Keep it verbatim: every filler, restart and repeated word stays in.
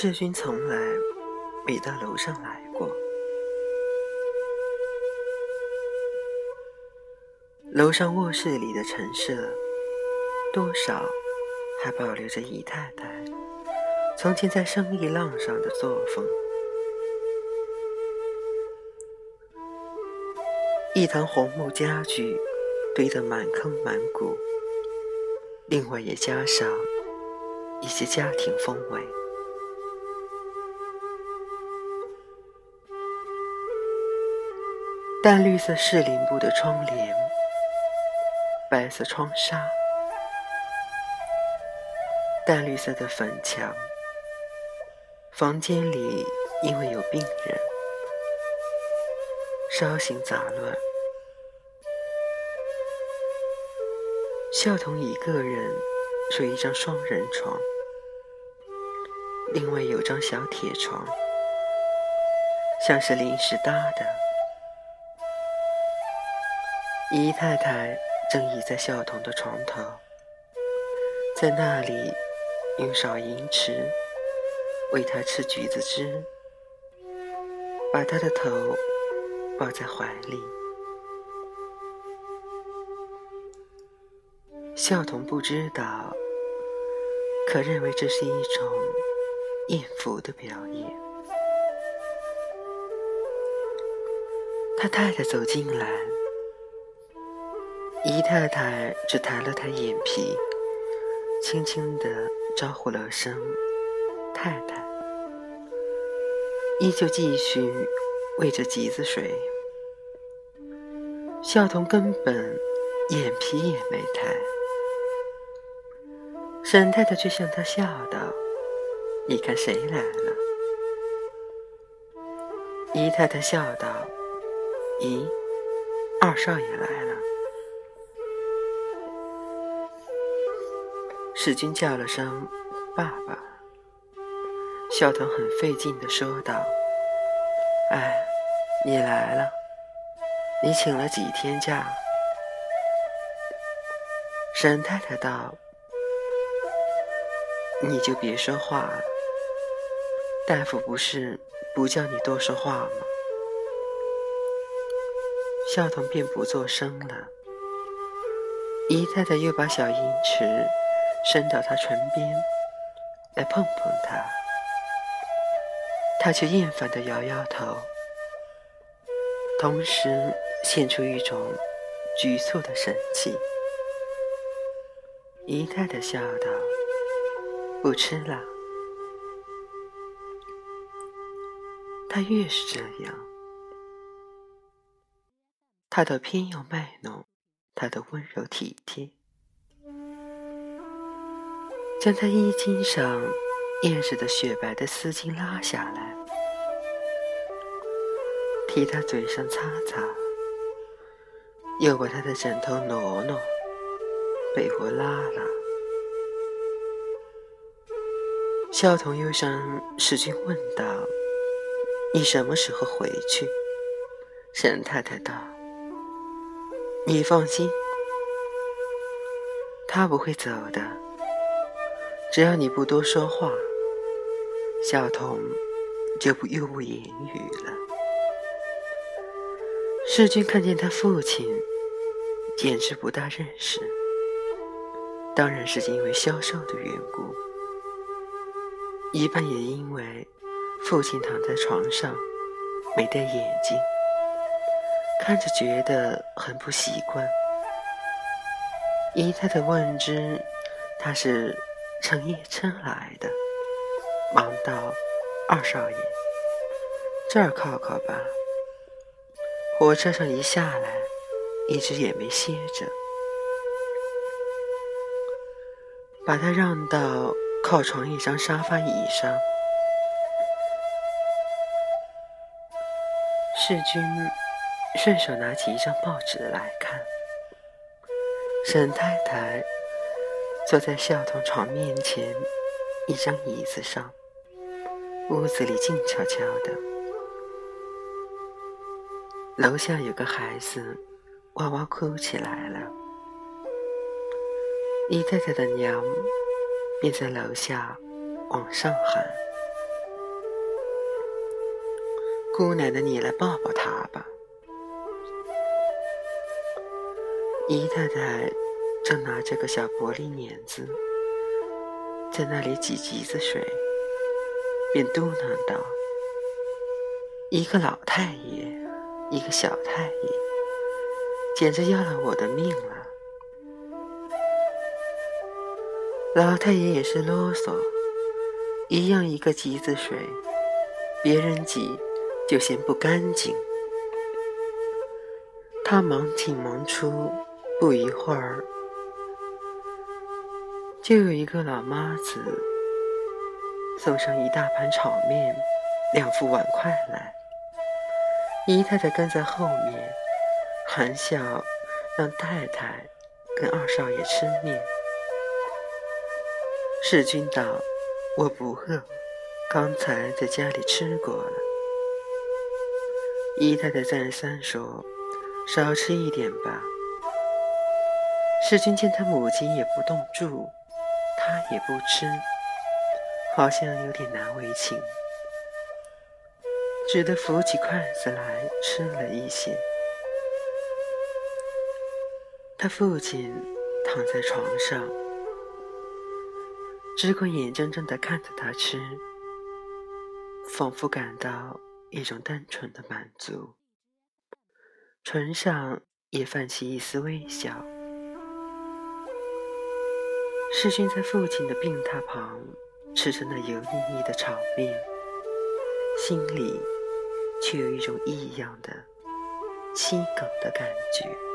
世君从来没到楼上来过。楼上卧室里的陈设，多少还保留着姨太太从前在生意浪上的作风。一堂红木家具堆得满坑满谷，另外也加上一些家庭风味。淡绿色士林布的窗帘，白色窗纱，淡绿色的粉墙。房间里因为有病人，稍行杂乱。孝童一个人睡一张双人床，另外有张小铁床，像是临时搭的。姨太太正倚在孝童的床头，在那里用少银匙喂他吃橘子汁，把他的头抱在怀里。孝童不知道，可认为这是一种艳福的表演。他太太走进来，姨太太只抬了抬眼皮，轻轻地招呼了声太太，依旧继续喂着橘子水。孝童根本眼皮也没抬，沈太太却向他笑道：“你看谁来了？”姨太太笑道：“咦，二少爷来了。”世君叫了声爸爸，孝童很费劲地说道：“哎，你来了，你请了几天假？”沈太太道：“你就别说话了，大夫不是不叫你多说话吗？”孝童便不作声了。姨太太又把小银匙伸到他唇边来碰碰他，他却厌烦地摇摇头，同时现出一种局促的神气。姨太太笑道：“不吃了。”他越是这样，他倒偏要卖弄他的温柔体贴，将他衣襟上艳着的雪白的丝巾拉下来，替他嘴上擦擦，又把他的枕头挪挪，被窝拉拉。孝童又向世君问道：“你什么时候回去？”沈太太道：“你放心，他不会走的，只要你不多说话，孝童就不又不言语了。”世君看见他父亲简直不大认识，当然是因为消瘦的缘故，一半也因为父亲躺在床上没戴眼镜，看着觉得很不习惯。姨太太问之，他是乘夜车来的，忙道：“二少爷，这儿靠靠吧。”火车上一下来，一直也没歇着，把他让到靠床一张沙发椅上。世君顺手拿起一张报纸来看。沈太太坐在孝童床面前一张椅子上，屋子里静悄悄的。楼下有个孩子哇哇哭起来了，姨太太的娘便在楼下往上喊：“ 姑奶奶，你来抱抱他吧。姨太太正拿着个小玻璃碾子在那里挤橘子水，便嘟囔道：一个老太爷，一个小太爷，简直要了我的命了。老太爷也是啰嗦，一样一个橘子水，别人挤就嫌不干净，他忙进忙出，不一会儿就有一个老妈子送上一大盘炒面，两副碗筷来。姨太太跟在后面含笑让太太跟二少爷吃面。世君道：我不饿，刚才在家里吃过了。姨太太再三说：少吃一点吧。世君见他母亲也不动住，他也不吃，好像有点难为情，只得扶起筷子来吃了一些。他父亲躺在床上，只管眼睁睁地看着他吃，仿佛感到一种单纯的满足，唇上也泛起一丝微笑。世君在父亲的病榻旁吃着那油腻腻的炒面，心里却有一种异样的凄梗的感觉。